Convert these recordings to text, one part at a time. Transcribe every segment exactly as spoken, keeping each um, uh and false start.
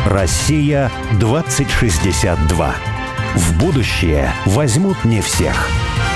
Россия двадцать шестьдесят два. В будущее возьмут не всех.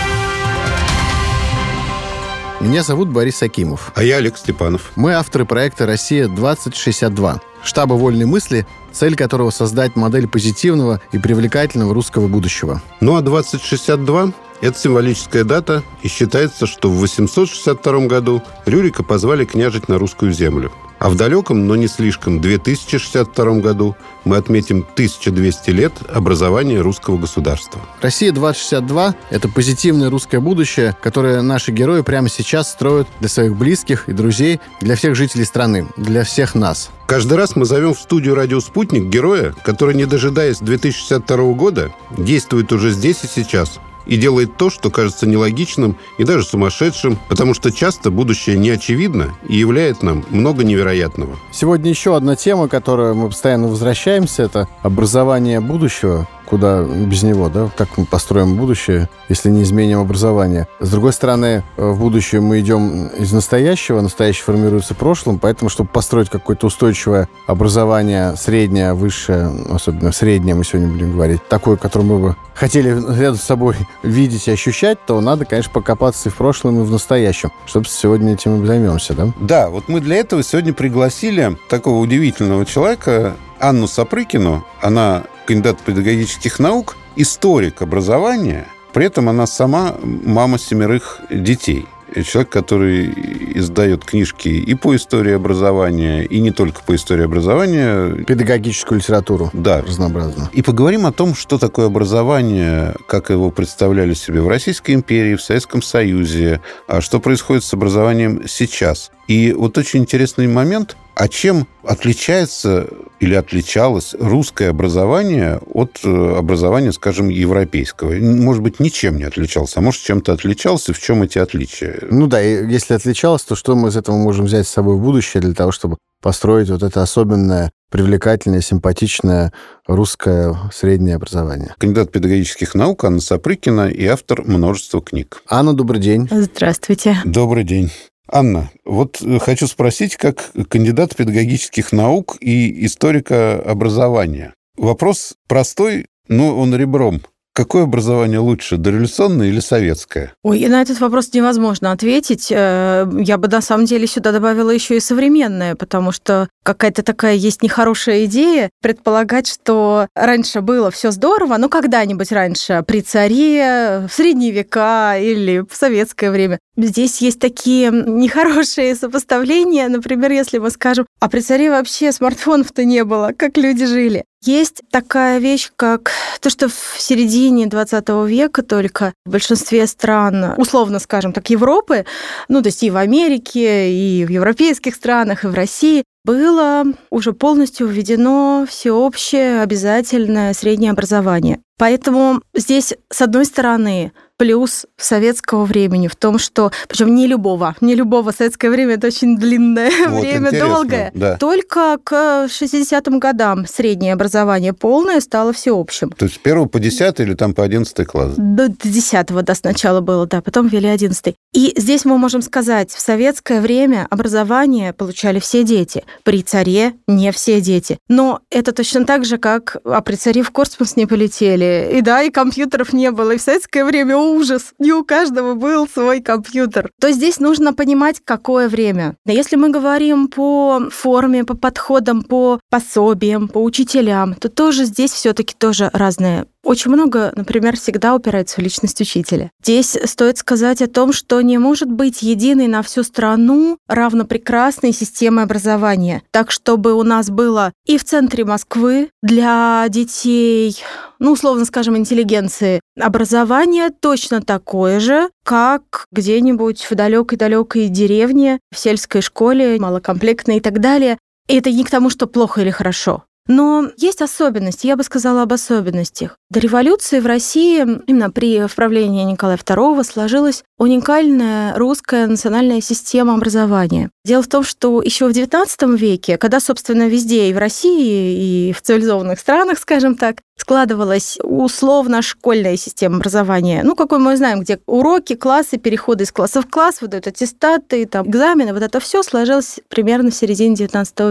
Меня зовут Борис Акимов. А я Олег Степанов. Мы авторы проекта «Россия двадцать шестьдесят два», штаба вольной мысли, цель которого создать модель позитивного и привлекательного русского будущего. Ну а двадцать шестьдесят два – это символическая дата, и считается, что в восемьсот шестьдесят втором году Рюрика позвали княжить на русскую землю. А в далеком, но не слишком, две тысячи шестьдесят втором году мы отметим тысяча двести лет образования русского государства. «Россия двадцать шестьдесят два» — это позитивное русское будущее, которое наши герои прямо сейчас строят для своих близких и друзей, для всех жителей страны, для всех нас. Каждый раз мы зовем в студию «Радио Спутник» героя, который, не дожидаясь две тысячи шестьдесят второго года, действует уже здесь и сейчас и делает то, что кажется нелогичным и даже сумасшедшим, потому что часто будущее не очевидно и являет нам много невероятного. Сегодня еще одна тема, к которой мы постоянно возвращаемся, это образование будущего. Куда без него, да? Как мы построим будущее, если не изменим образование? С другой стороны, в будущее мы идем из настоящего, настоящее формируется прошлым, поэтому, чтобы построить какое-то устойчивое образование, среднее, высшее, особенно среднее, мы сегодня будем говорить, такое, которое мы бы хотели рядом с собой видеть и ощущать, то надо, конечно, покопаться и в прошлом, и в настоящем. Чтобы сегодня этим и займемся, да? Да, вот мы для этого сегодня пригласили такого удивительного человека, Анну Сапрыкину. Она кандидат педагогических наук, историк образования. При этом она сама мама семерых детей. Человек, который издает книжки и по истории образования, и не только по истории образования. Педагогическую литературу. Да. Разнообразно. И поговорим о том, что такое образование, как его представляли себе в Российской империи, в Советском Союзе, а что происходит с образованием сейчас. И вот очень интересный момент, а чем отличается или отличалось русское образование от образования, скажем, европейского? Может быть, ничем не отличалось, а может, чем-то отличался, в чем эти отличия? Ну да, и если отличалось, то что мы из этого можем взять с собой в будущее для того, чтобы построить вот это особенное, привлекательное, симпатичное русское среднее образование? Кандидат педагогических наук Анна Сапрыкина и автор множества книг. Анна, добрый день. Здравствуйте. Добрый день. Анна, вот хочу спросить, как кандидат педагогических наук и историка образования. Вопрос простой, но он ребром. Какое образование лучше, дореволюционное или советское? Ой, на этот вопрос невозможно ответить. Я бы, на самом деле, сюда добавила еще и современное, потому что какая-то такая есть нехорошая идея предполагать, что раньше было все здорово, но когда-нибудь раньше, при царе, в средние века или в советское время. Здесь есть такие нехорошие сопоставления. Например, если мы скажем, а при царе вообще смартфонов-то не было, как люди жили. Есть такая вещь, как то, что в середине двадцатого века только в большинстве стран, условно скажем так, Европы, ну, то есть и в Америке, и в европейских странах, и в России, было уже полностью введено всеобщее обязательное среднее образование. Поэтому здесь, с одной стороны, плюс советского времени в том, что, причем не любого, не любого, советское время это очень длинное вот, время, долгое. Да. Только к шестидесятым годам среднее образование полное стало всеобщим. То есть с первого по десятый или там по одиннадцатый класс? До десятого, да, сначала было, да, потом ввели одиннадцатый. И здесь мы можем сказать, в советское время образование получали все дети, при царе не все дети. Но это точно так же, как а при царе в космос не полетели, и да, и компьютеров не было, и в советское время ужас, не у каждого был свой компьютер. То здесь нужно понимать, какое время. Если мы говорим по форме, по подходам, по пособиям, по учителям, то тоже здесь все-таки тоже разные. Очень много, например, всегда упирается в личность учителя. Здесь стоит сказать о том, что не может быть единой на всю страну равнопрекрасной системы образования. Так, чтобы у нас было и в центре Москвы для детей, ну, условно скажем, интеллигенции, образование точно такое же, как где-нибудь в далекой-далекой деревне, в сельской школе, малокомплектной и так далее. И это не к тому, что плохо или хорошо. Но есть особенности, я бы сказала об особенностях. До революции в России, именно при правлении Николая второго, сложилась уникальная русская национальная система образования. Дело в том, что еще в девятнадцатом веке, когда, собственно, везде, и в России, и в цивилизованных странах, скажем так, складывалась условно-школьная система образования. Ну, какой мы знаем, где уроки, классы, переходы из класса в класс, выдают аттестаты, там, экзамены, вот это все сложилось примерно в середине девятнадцатого века.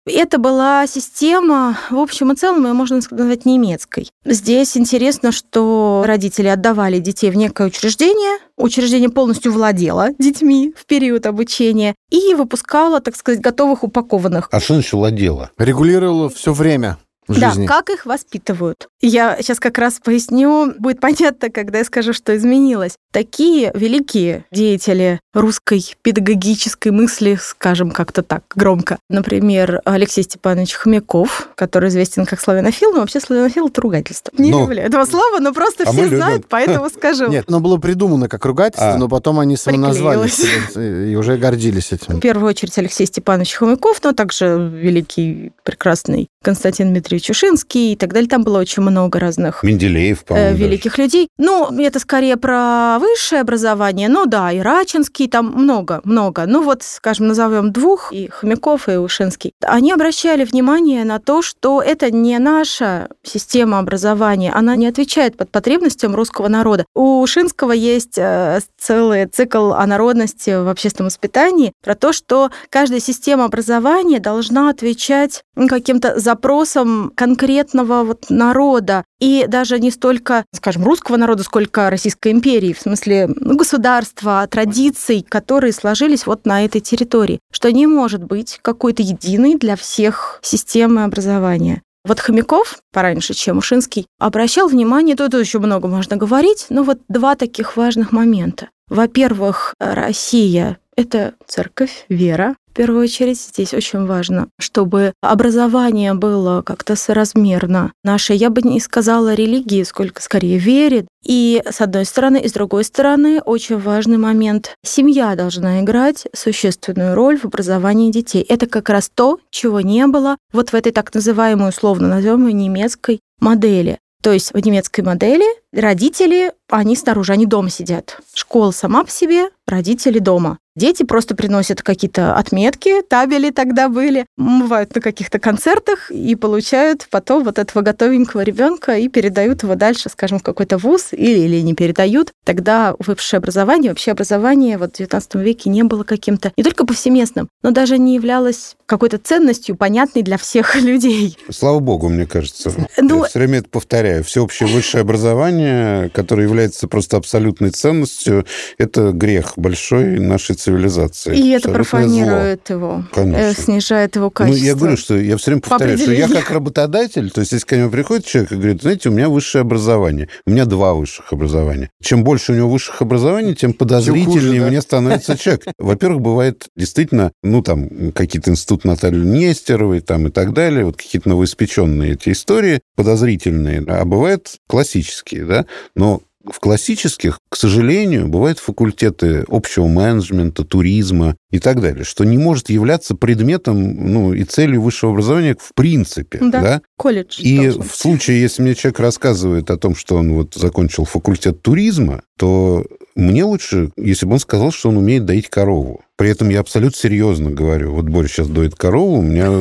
Это была система, в общем и целом, ее можно назвать немецкой. Здесь интересно, что родители отдавали детей в некое учреждение, учреждение полностью владело детьми в период обучения и выпускало, так сказать, готовых, упакованных. А что значит владело? Регулировало все время в жизни. Да, как их воспитывают. Я сейчас как раз поясню, будет понятно, когда я скажу, что изменилось. Такие великие деятели русской педагогической мысли, скажем как-то так громко. Например, Алексей Степанович Хомяков, который известен как славянофил, но вообще славянофил — это ругательство. Не Ну, люблю этого слова, но просто а все мы любим. знают, поэтому скажу. Нет, оно было придумано как ругательство, А. но потом они самоназвались Приклеилось. и уже гордились этим. В первую очередь Алексей Степанович Хомяков, но также великий, прекрасный Константин Дмитриевич Ушинский и так далее. Там было очень много разных Менделеев, э, по-моему, великих людей. Ну, это скорее про высшее образование. Ну да, и Рачинский, там много, много. Ну вот, скажем, назовем двух, и Хомяков, и Ушинский. Они обращали внимание на то, что это не наша система образования, она не отвечает под потребностям русского народа. У Ушинского есть э, целый цикл о народности в общественном воспитании про то, что каждая система образования должна отвечать ну, каким-то запросам конкретного вот народа. И даже не столько, скажем, русского народа, сколько Российской империи, в смысле ну, государства, традиций, которые сложились вот на этой территории. Что не может быть какой-то единой для всех системы образования. Вот Хомяков, пораньше, чем Ушинский, обращал внимание, тут еще много можно говорить, но вот два таких важных момента. Во-первых, Россия — это церковь, вера. В первую очередь здесь очень важно, чтобы образование было как-то соразмерно нашей, я бы не сказала религии, сколько скорее вере. И с одной стороны, и с другой стороны, очень важный момент. Семья должна играть существенную роль в образовании детей. Это как раз то, чего не было вот в этой так называемой, условно назовем ее, немецкой модели. То есть в немецкой модели родители, они снаружи, они дома сидят. Школа сама по себе, родители дома. Дети просто приносят какие-то отметки, табели тогда были, бывают на каких-то концертах и получают потом вот этого готовенького ребенка и передают его дальше, скажем, в какой-то вуз или, или не передают. Тогда высшее образование, вообще образование вот в девятнадцатом веке не было каким-то не только повсеместным, но даже не являлось какой-то ценностью, понятной для всех людей. Слава богу, мне кажется. Ну, Я все время это повторяю. Всеобщее высшее образование, которое является просто абсолютной ценностью, это грех большой нашей цивилизации. И это Абсолютное профанирует зло. его, Конечно. э, снижает его Ну, качество. я говорю, что я все время повторяю, что я как работодатель, то есть если ко мне приходит человек и говорит, знаете, у меня высшее образование, у меня два высших образования. Чем больше у него высших образований, тем подозрительнее Тем хуже, да? мне становится человек. Во-первых, бывает действительно, ну, там, какие-то институты Натальи Нестеровой там, и так далее, вот какие-то новоиспеченные эти истории, подозрительные, а бывают классические, да, но в классических, к сожалению, бывают факультеты общего менеджмента, туризма и так далее, что не может являться предметом ну, и целью высшего образования в принципе. Да, Да? колледж. И должен в быть. случае, если мне человек рассказывает о том, что он вот закончил факультет туризма, то мне лучше, если бы он сказал, что он умеет доить корову. При этом я абсолютно серьезно говорю. Вот Боря сейчас доит корову, у меня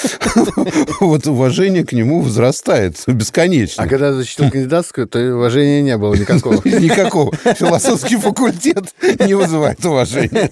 вот уважение к нему возрастает бесконечно. А когда защитил кандидатскую, то уважения не было никакого. Никакого. Философский факультет не вызывает уважения.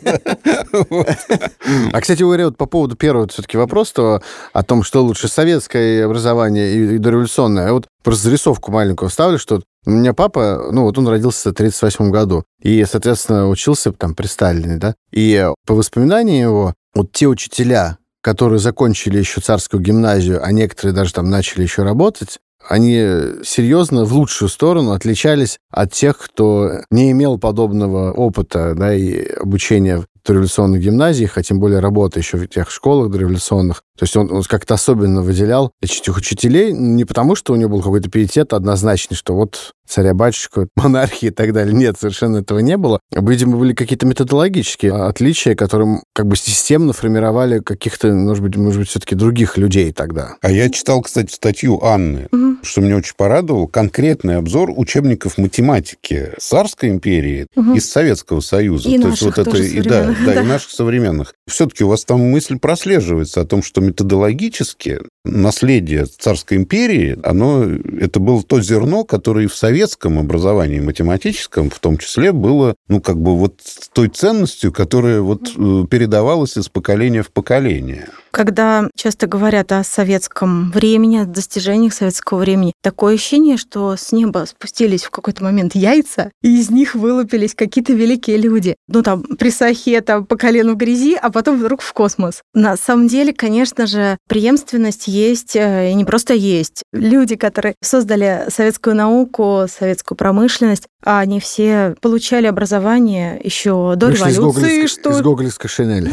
А, кстати говоря, вот по поводу первого все-таки вопроса о том, что лучше, советское образование и дореволюционное. Я вот просто зарисовку маленькую ставлю, что у меня папа, ну вот он родился в тридцать восьмом году, и, соответственно, учился там при Сталине, да, и по воспоминаниям его, вот те учителя, которые закончили еще царскую гимназию, а некоторые даже там начали еще работать, они серьезно в лучшую сторону отличались от тех, кто не имел подобного опыта, да, и обучения в дореволюционных гимназиях, а тем более работы еще в тех школах дореволюционных. То есть он, он как-то особенно выделял этих учителей не потому, что у него был какой-то пиетет однозначный, что вот царя-батюшка, монархия и так далее. Нет, совершенно этого не было. Видимо, были какие-то методологические отличия, которые как бы системно формировали каких-то, может быть, может быть, все-таки других людей тогда. А я читал, кстати, статью Анны, угу. что меня очень порадовало, конкретный обзор учебников математики Царской империи угу. из Советского Союза. И То наших есть вот тоже это, и, да, да, да, и наших современных. Все-таки у вас там мысль прослеживается о том, что методологически наследие Царской империи, оно, это было то зерно, которое и в советском образовании математическом в том числе было, ну, как бы вот той ценностью, которая вот передавалась из поколения в поколение. Когда часто говорят о советском времени, о достижениях советского времени, такое ощущение, что с неба спустились в какой-то момент яйца, и из них вылупились какие-то великие люди. Ну, там, при сахе, там, по колену в грязи, а потом вдруг в космос. На самом деле, конечно же, преемственность есть, и не просто есть. Люди, которые создали советскую науку, советскую промышленность, они все получали образование еще до вышли революции. Из, что... из гоголевской шинели.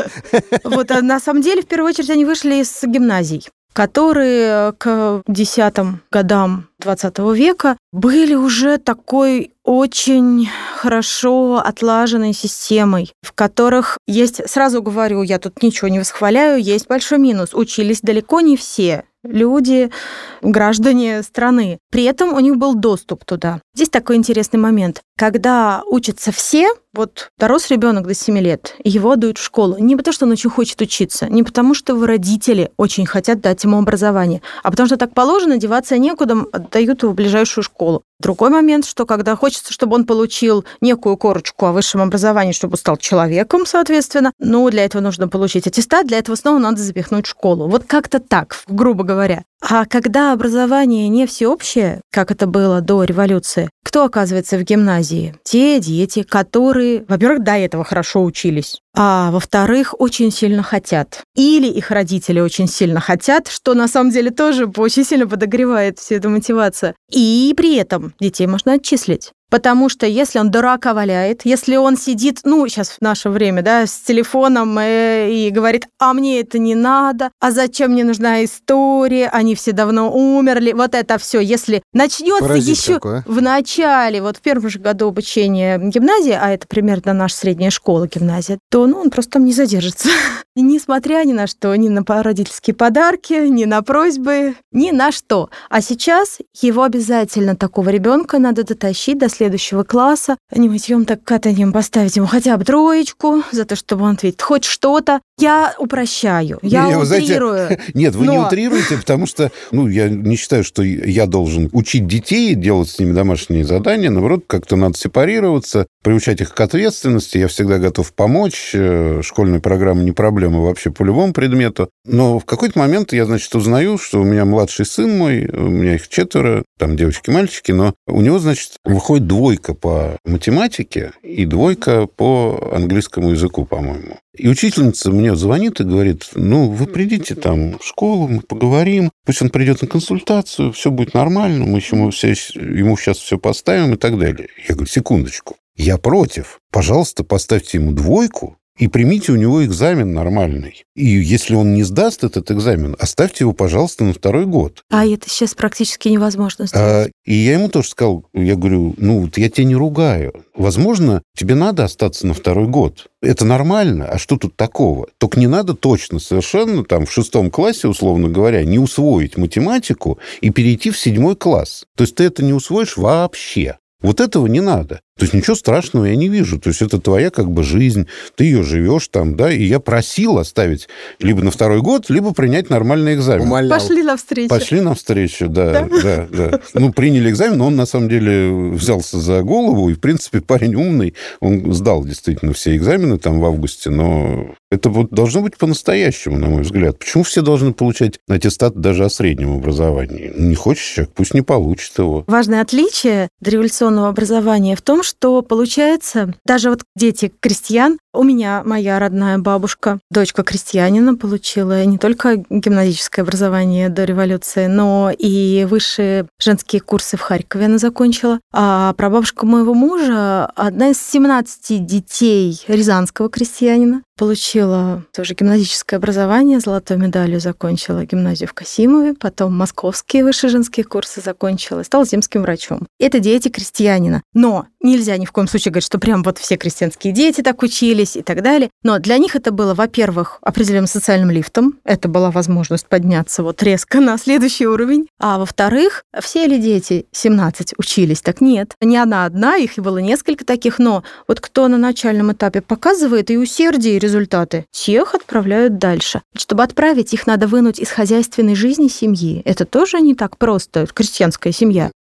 Вот, а на самом деле, в первую очередь, они вышли из гимназий, которые к десятым годам двадцатого века были уже такой очень хорошо отлаженной системой, в которых есть, сразу говорю, я тут ничего не восхваляю, есть большой минус. Учились далеко не все люди, граждане страны. При этом у них был доступ туда. Здесь такой интересный момент. Когда учатся все, вот дорос ребенок до семи лет, его отдают в школу. Не потому, что он очень хочет учиться, не потому, что его родители очень хотят дать ему образование, а потому что так положено, деваться некуда, отдают его в ближайшую школу. Другой момент, что когда хочется, чтобы он получил некую корочку о высшем образовании, чтобы стал человеком, соответственно, ну, для этого нужно получить аттестат, для этого снова надо запихнуть в школу. Вот как-то так, грубо говоря. А когда образование не всеобщее, как это было до революции, кто оказывается в гимназии? Те дети, которые, во-первых, до этого хорошо учились, а во-вторых, очень сильно хотят. Или их родители очень сильно хотят, что на самом деле тоже очень сильно подогревает всю эту мотивацию. И при этом детей можно отчислить. Потому что если он дурака валяет, если он сидит, ну, сейчас в наше время, да, с телефоном э, и говорит, а мне это не надо, а зачем мне нужна история, они все давно умерли, вот это все, если начнется еще такой, а? В начале, вот в первом же году обучения гимназии, а это примерно наша средняя школа гимназия, то, ну, он просто там не задержится. И несмотря ни на что, ни на родительские подарки, ни на просьбы, ни на что. А сейчас его обязательно, такого ребенка, надо дотащить до следующего класса, не мытьем, так катанием поставить ему хотя бы троечку за то, чтобы он ответил хоть что-то. Я упрощаю, я не, утрирую. Знаете, нет, вы но... не утрируете, потому что, ну, я не считаю, что я должен учить детей, делать с ними домашние задания. Наоборот, как-то надо сепарироваться, приучать их к ответственности. Я всегда готов помочь. Школьная программа не проблема вообще по любому предмету. Но в какой-то момент я, значит, узнаю, что у меня младший сын мой, у меня их четверо, там девочки, мальчики, но у него, значит, выходит двойка по математике и двойка по английскому языку, по-моему. И учительница мне звонит и говорит, ну, вы придите там в школу, мы поговорим, пусть он придет на консультацию, все будет нормально, мы еще ему, все, ему сейчас все поставим и так далее. Я говорю, секундочку, я против. Пожалуйста, поставьте ему двойку и примите у него экзамен нормальный. И если он не сдаст этот экзамен, оставьте его, пожалуйста, на второй год. А это сейчас практически невозможно А, сделать. и я ему тоже сказал, я говорю, ну, вот я тебя не ругаю. Возможно, тебе надо остаться на второй год. Это нормально. А что тут такого? Только не надо точно совершенно там в шестом классе, условно говоря, не усвоить математику и перейти в седьмой класс. То есть ты это не усвоишь вообще. Вот этого не надо. То есть ничего страшного я не вижу. То есть это твоя как бы жизнь, ты ее живешь там, да, и я просил оставить либо на второй год, либо принять нормальный экзамен. Умолял. Пошли навстречу. Пошли навстречу, да, да, да, да. Ну, приняли экзамен, но он на самом деле взялся за голову, и, в принципе, парень умный, он сдал действительно все экзамены там в августе, но это вот должно быть по-настоящему, на мой взгляд. Почему все должны получать аттестат даже о среднем образовании? Не хочешь человек, пусть не получит его. Важное отличие дореволюционного образования в том, что получается, даже вот дети крестьян, у меня моя родная бабушка, дочка крестьянина, получила не только гимназическое образование до революции, но и высшие женские курсы в Харькове она закончила. А прабабушка моего мужа, одна из семнадцати детей рязанского крестьянина, получила тоже гимназическое образование, золотой медалью закончила гимназию в Касимове, потом московские высшие женские курсы закончила, стала земским врачом. Это дети крестьянина. Но нельзя ни в коем случае говорить, что прям вот все крестьянские дети так учились и так далее. Но для них это было, во-первых, определенным социальным лифтом. Это была возможность подняться вот резко на следующий уровень. А во-вторых, все ли дети семнадцать учились? Так нет. Не она одна, их было несколько таких, но вот кто на начальном этапе показывает и усердие, и результаты, тех отправляют дальше. Чтобы отправить, их надо вынуть из хозяйственной жизни семьи. Это тоже не так просто, крестьянская семья.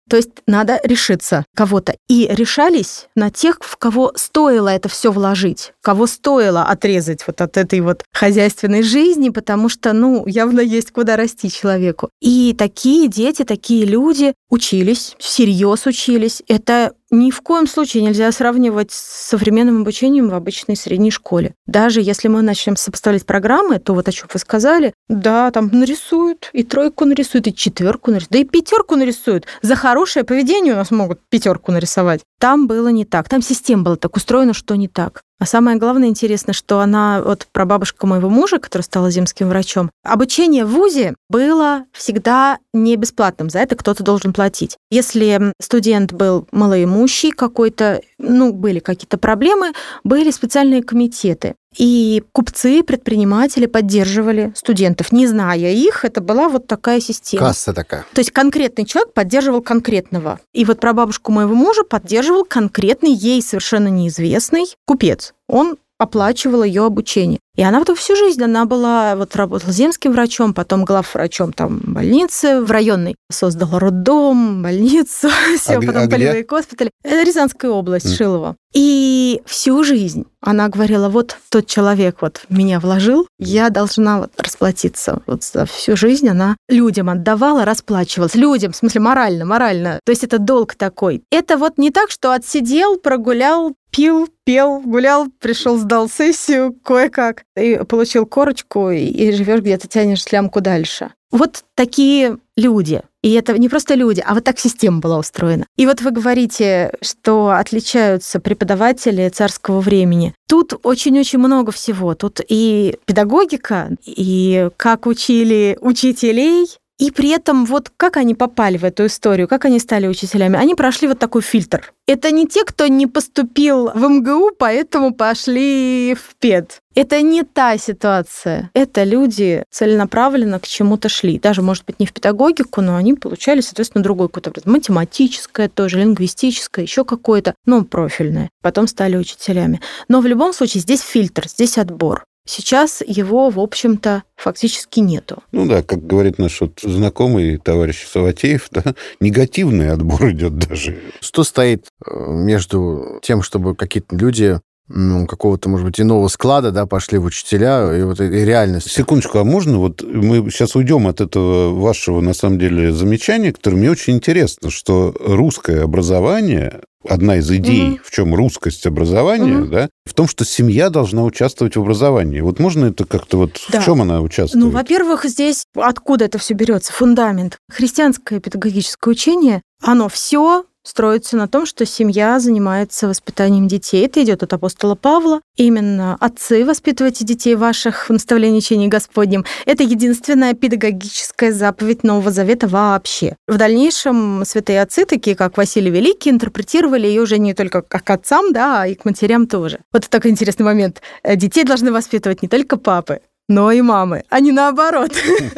То есть надо решиться кого-то. И решались на тех, в кого стоило это все вложить, кого стоило отрезать вот от этой вот хозяйственной жизни, потому что, ну, явно есть куда расти человеку. И такие дети, такие люди учились, всерьез учились. Это ни в коем случае нельзя сравнивать с современным обучением в обычной средней школе. Даже если мы начнем сопоставлять программы, то вот о чем вы сказали, да, там нарисуют, и тройку нарисуют, и четверку нарисуют, да и пятерку нарисуют. За хорошее поведение у нас могут пятерку нарисовать. Там было не так. Там система была так устроена, что не так. А самое главное интересно, что она, вот прабабушка моего мужа, которая стала земским врачом, обучение в вузе было всегда не бесплатным, за это кто-то должен платить. Если студент был малоимущий какой-то, ну, были какие-то проблемы, были специальные комитеты. И купцы, предприниматели поддерживали студентов. Не зная их, это была вот такая система. Касса такая. То есть конкретный человек поддерживал конкретного. И вот прабабушку моего мужа поддерживал конкретный, ей совершенно неизвестный купец. Он оплачивал ее обучение. И она потом всю жизнь, она была, вот работала земским врачом, потом главврачом там больницы в районной, создала роддом, больницу, все, а потом а полевые госпитали. Это Рязанская область, mm. Шилово. И всю жизнь она говорила, вот тот человек вот меня вложил, я должна вот расплатиться. Вот за всю жизнь она людям отдавала, расплачивалась. Людям, в смысле морально, морально. То есть это долг такой. Это вот не так, что отсидел, прогулял, пил, пел, гулял, пришел, сдал сессию кое-как, и получил корочку, и, и живешь где-то, тянешь слямку дальше. Вот такие люди. И это не просто люди, а вот так система была устроена. И вот вы говорите, что отличаются преподаватели царского времени. Тут очень-очень много всего. Тут и педагогика, и как учили учителей, и при этом вот как они попали в эту историю, как они стали учителями, они прошли вот такой фильтр. Это не те, кто не поступил в эм гэ у, поэтому пошли в пед. Это не та ситуация. Это люди целенаправленно к чему-то шли. Даже, может быть, не в педагогику, но они получали, соответственно, другое какое-то математическое тоже, лингвистическое, еще какое-то, ну, профильное. Потом стали учителями. Но в любом случае здесь фильтр, здесь отбор. Сейчас его, в общем-то, фактически нету. Ну да, как говорит наш вот знакомый товарищ Саватеев, да, негативный отбор идет даже. Что стоит между тем, чтобы какие-то люди, ну, какого-то, может быть, иного склада, да, пошли в учителя, и вот и реальность? Секундочку, а можно вот мы сейчас уйдем от этого вашего, на самом деле, замечания, которое мне очень интересно, что русское образование, одна из идей, mm-hmm. в чем русскость образования, mm-hmm. да, в том, что семья должна участвовать в образовании. Вот можно это как-то вот... Да. В чем она участвует? Ну, во-первых, здесь откуда это все берется? Фундамент. Христианское педагогическое учение, оно все строится на том, что семья занимается воспитанием детей. Это идет от апостола Павла. Именно отцы, воспитывайте детей ваших в наставлении учении Господнем. Это единственная педагогическая заповедь Нового Завета вообще. В дальнейшем святые отцы, такие как Василий Великий, интерпретировали ее уже не только как отцам, да, а и к матерям тоже. Вот такой интересный момент. Детей должны воспитывать не только папы, но и мамы, а не наоборот.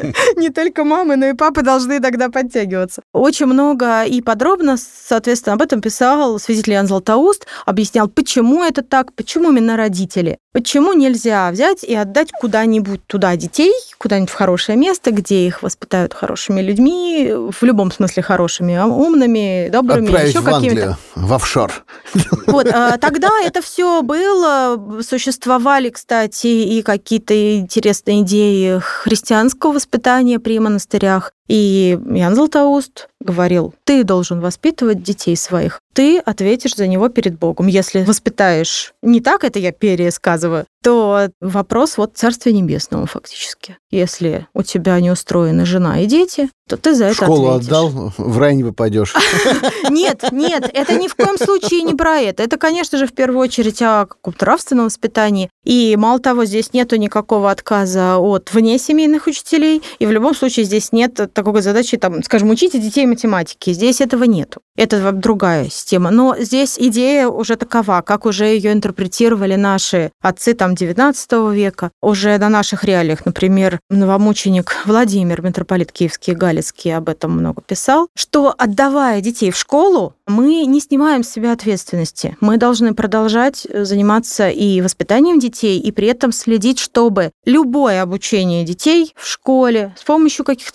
Не только мамы, но и папы должны тогда подтягиваться. Очень много и подробно, соответственно, об этом писал святитель Иоанн Златоуст, объяснял, почему это так, почему именно родители. Почему нельзя взять и отдать куда-нибудь туда детей, куда-нибудь в хорошее место, где их воспитают хорошими людьми, в любом смысле хорошими, умными, добрыми, отправить еще в Англию, какими-то. В офшор. Вот, а тогда это все было, существовали, кстати, и какие-то интересные идеи христианского воспитания при монастырях. И Иоанн Златоуст говорил, ты должен воспитывать детей своих, ты ответишь за него перед Богом. Если воспитаешь не так, это я пересказываю, то вопрос вот Царствия Небесного фактически. Если у тебя не устроены жена и дети, то ты за это школу ответишь. Отдал, в рай не попадешь. Нет, нет, это ни в коем случае не про это. Это, конечно же, в первую очередь о каком-то нравственном воспитании. И мало того, здесь нету никакого отказа от внесемейных учителей, и в любом случае здесь нет такой задачи, там, скажем, учите детей математике. Здесь этого нету. Это другая система. Но здесь идея уже такова, как уже ее интерпретировали наши отцы там девятнадцатого века, уже на наших реалиях. Например, новомученик Владимир, митрополит Киевский и Галицкий, об этом много писал, что, отдавая детей в школу, мы не снимаем с себя ответственности. Мы должны продолжать заниматься и воспитанием детей, и при этом следить, чтобы любое обучение детей в школе с помощью каких-то наемных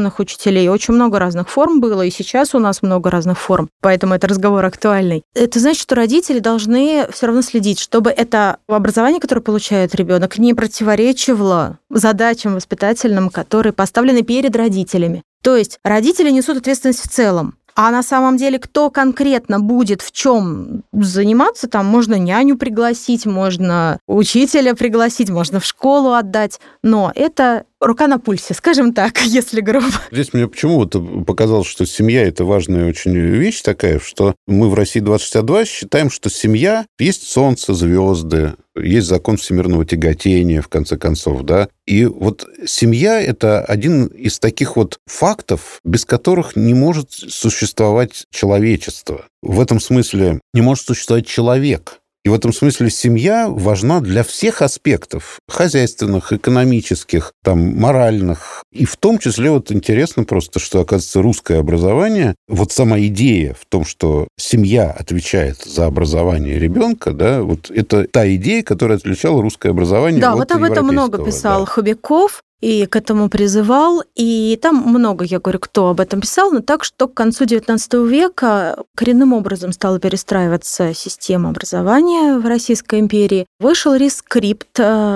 дипломных учителей. Очень много разных форм было, и сейчас у нас много разных форм, поэтому это разговор актуальный. Это значит, что родители должны все равно следить, чтобы это образование, которое получает ребенок, не противоречило задачам воспитательным, которые поставлены перед родителями. То есть родители несут ответственность в целом. А на самом деле, кто конкретно будет в чем заниматься, там можно няню пригласить, можно учителя пригласить, можно в школу отдать, но это рука на пульсе, скажем так, если грубо. Здесь мне почему-то показалось, что семья – это важная очень вещь такая, что мы в России двадцать шестьдесят два считаем, что семья – есть солнце, звезды, есть закон всемирного тяготения, в конце концов, да. И вот семья – это один из таких вот фактов, без которых не может существовать человечество. В этом смысле не может существовать человек. И в этом смысле семья важна для всех аспектов хозяйственных, экономических, там, моральных. И в том числе вот интересно просто, что, оказывается, русское образование, вот сама идея в том, что семья отвечает за образование ребенка, да, вот это та идея, которая отличала русское образование да, от вот об этом много писал да. Хобяков. И к этому призывал. И там много, я говорю, кто об этом писал, но так, что к концу девятнадцатого века коренным образом стала перестраиваться система образования в Российской империи. Вышел рескрипт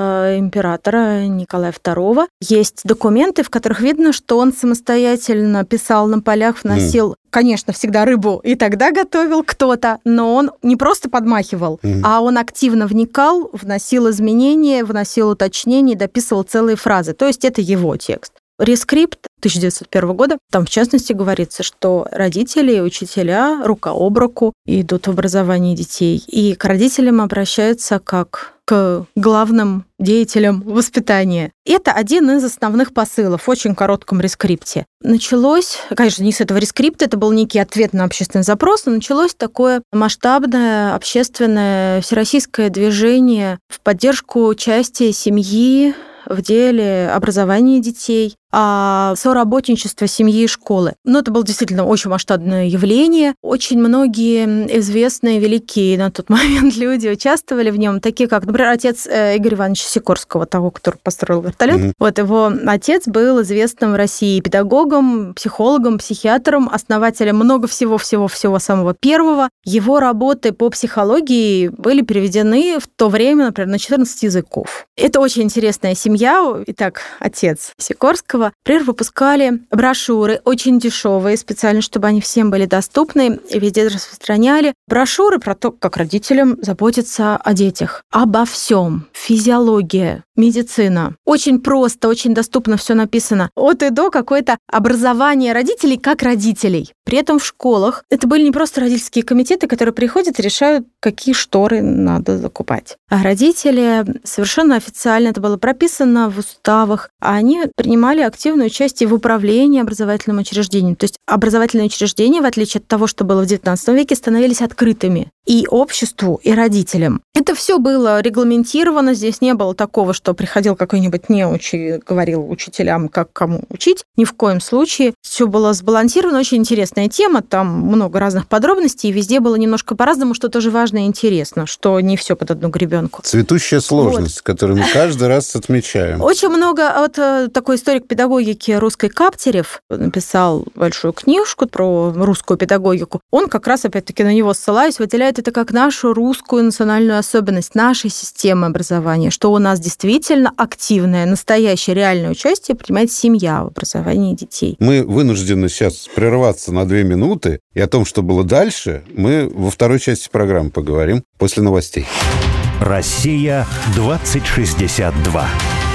императора Николая второго. Есть документы, в которых видно, что он самостоятельно писал на полях, вносил... Mm. Конечно, всегда рыбу и тогда готовил кто-то, но он не просто подмахивал, mm. а он активно вникал, вносил изменения, вносил уточнения, дописывал целые фразы. То есть это его текст. Рескрипт тысяча девятьсот первого года, там в частности говорится, что родители и учителя рука об руку идут в образование детей, и к родителям обращаются как к главным деятелям воспитания. Это один из основных посылов в очень коротком рескрипте. Началось, конечно, не с этого рескрипта, это был некий ответ на общественный запрос, но началось такое масштабное общественное всероссийское движение в поддержку участия семьи в деле образования детей, а соработничество семьи и школы. Но это было действительно очень масштабное явление. Очень многие известные, великие на тот момент люди участвовали в нем, такие как, например, отец Игоря Ивановича Сикорского, того, который построил вертолет. Mm-hmm. Вот его отец был известным в России педагогом, психологом, психиатром, основателем много всего-всего-всего самого первого. Его работы по психологии были переведены в то время, например, на четырнадцать языков. Это очень интересная семья. Итак, отец Сикорского. Например, выпускали брошюры, очень дешевые, специально, чтобы они всем были доступны, и везде распространяли брошюры про то, как родителям заботиться о детях. Обо всем. Физиология, медицина. Очень просто, очень доступно все написано. От и до какое-то образование родителей как родителей. При этом в школах это были не просто родительские комитеты, которые приходят и решают, какие шторы надо закупать. А родители совершенно официально, это было прописано в уставах, они принимали активное участие в управлении образовательным учреждением. То есть образовательные учреждения, в отличие от того, что было в девятнадцатом веке, становились открытыми и обществу, и родителям. Это все было регламентировано, здесь не было такого, что приходил какой-нибудь неуч и говорил учителям, как кому учить. Ни в коем случае. Все было сбалансировано, очень интересная тема, там много разных подробностей, и везде было немножко по-разному, что тоже важно и интересно, что не все под одну гребенку. Цветущая сложность, вот. Которую мы каждый раз отмечаем. Очень много, вот такой историк педагогики русской Каптерев написал большую книжку про русскую педагогику. Он как раз, опять-таки, на него ссылаясь, выделяет это как нашу русскую национальную особенность нашей системы образования, что у нас действительно активное, настоящее, реальное участие принимает семья в образовании детей. Мы вынуждены сейчас прерваться на две минуты, и о том, что было дальше, мы во второй части программы поговорим после новостей. Россия двадцать шестьдесят два.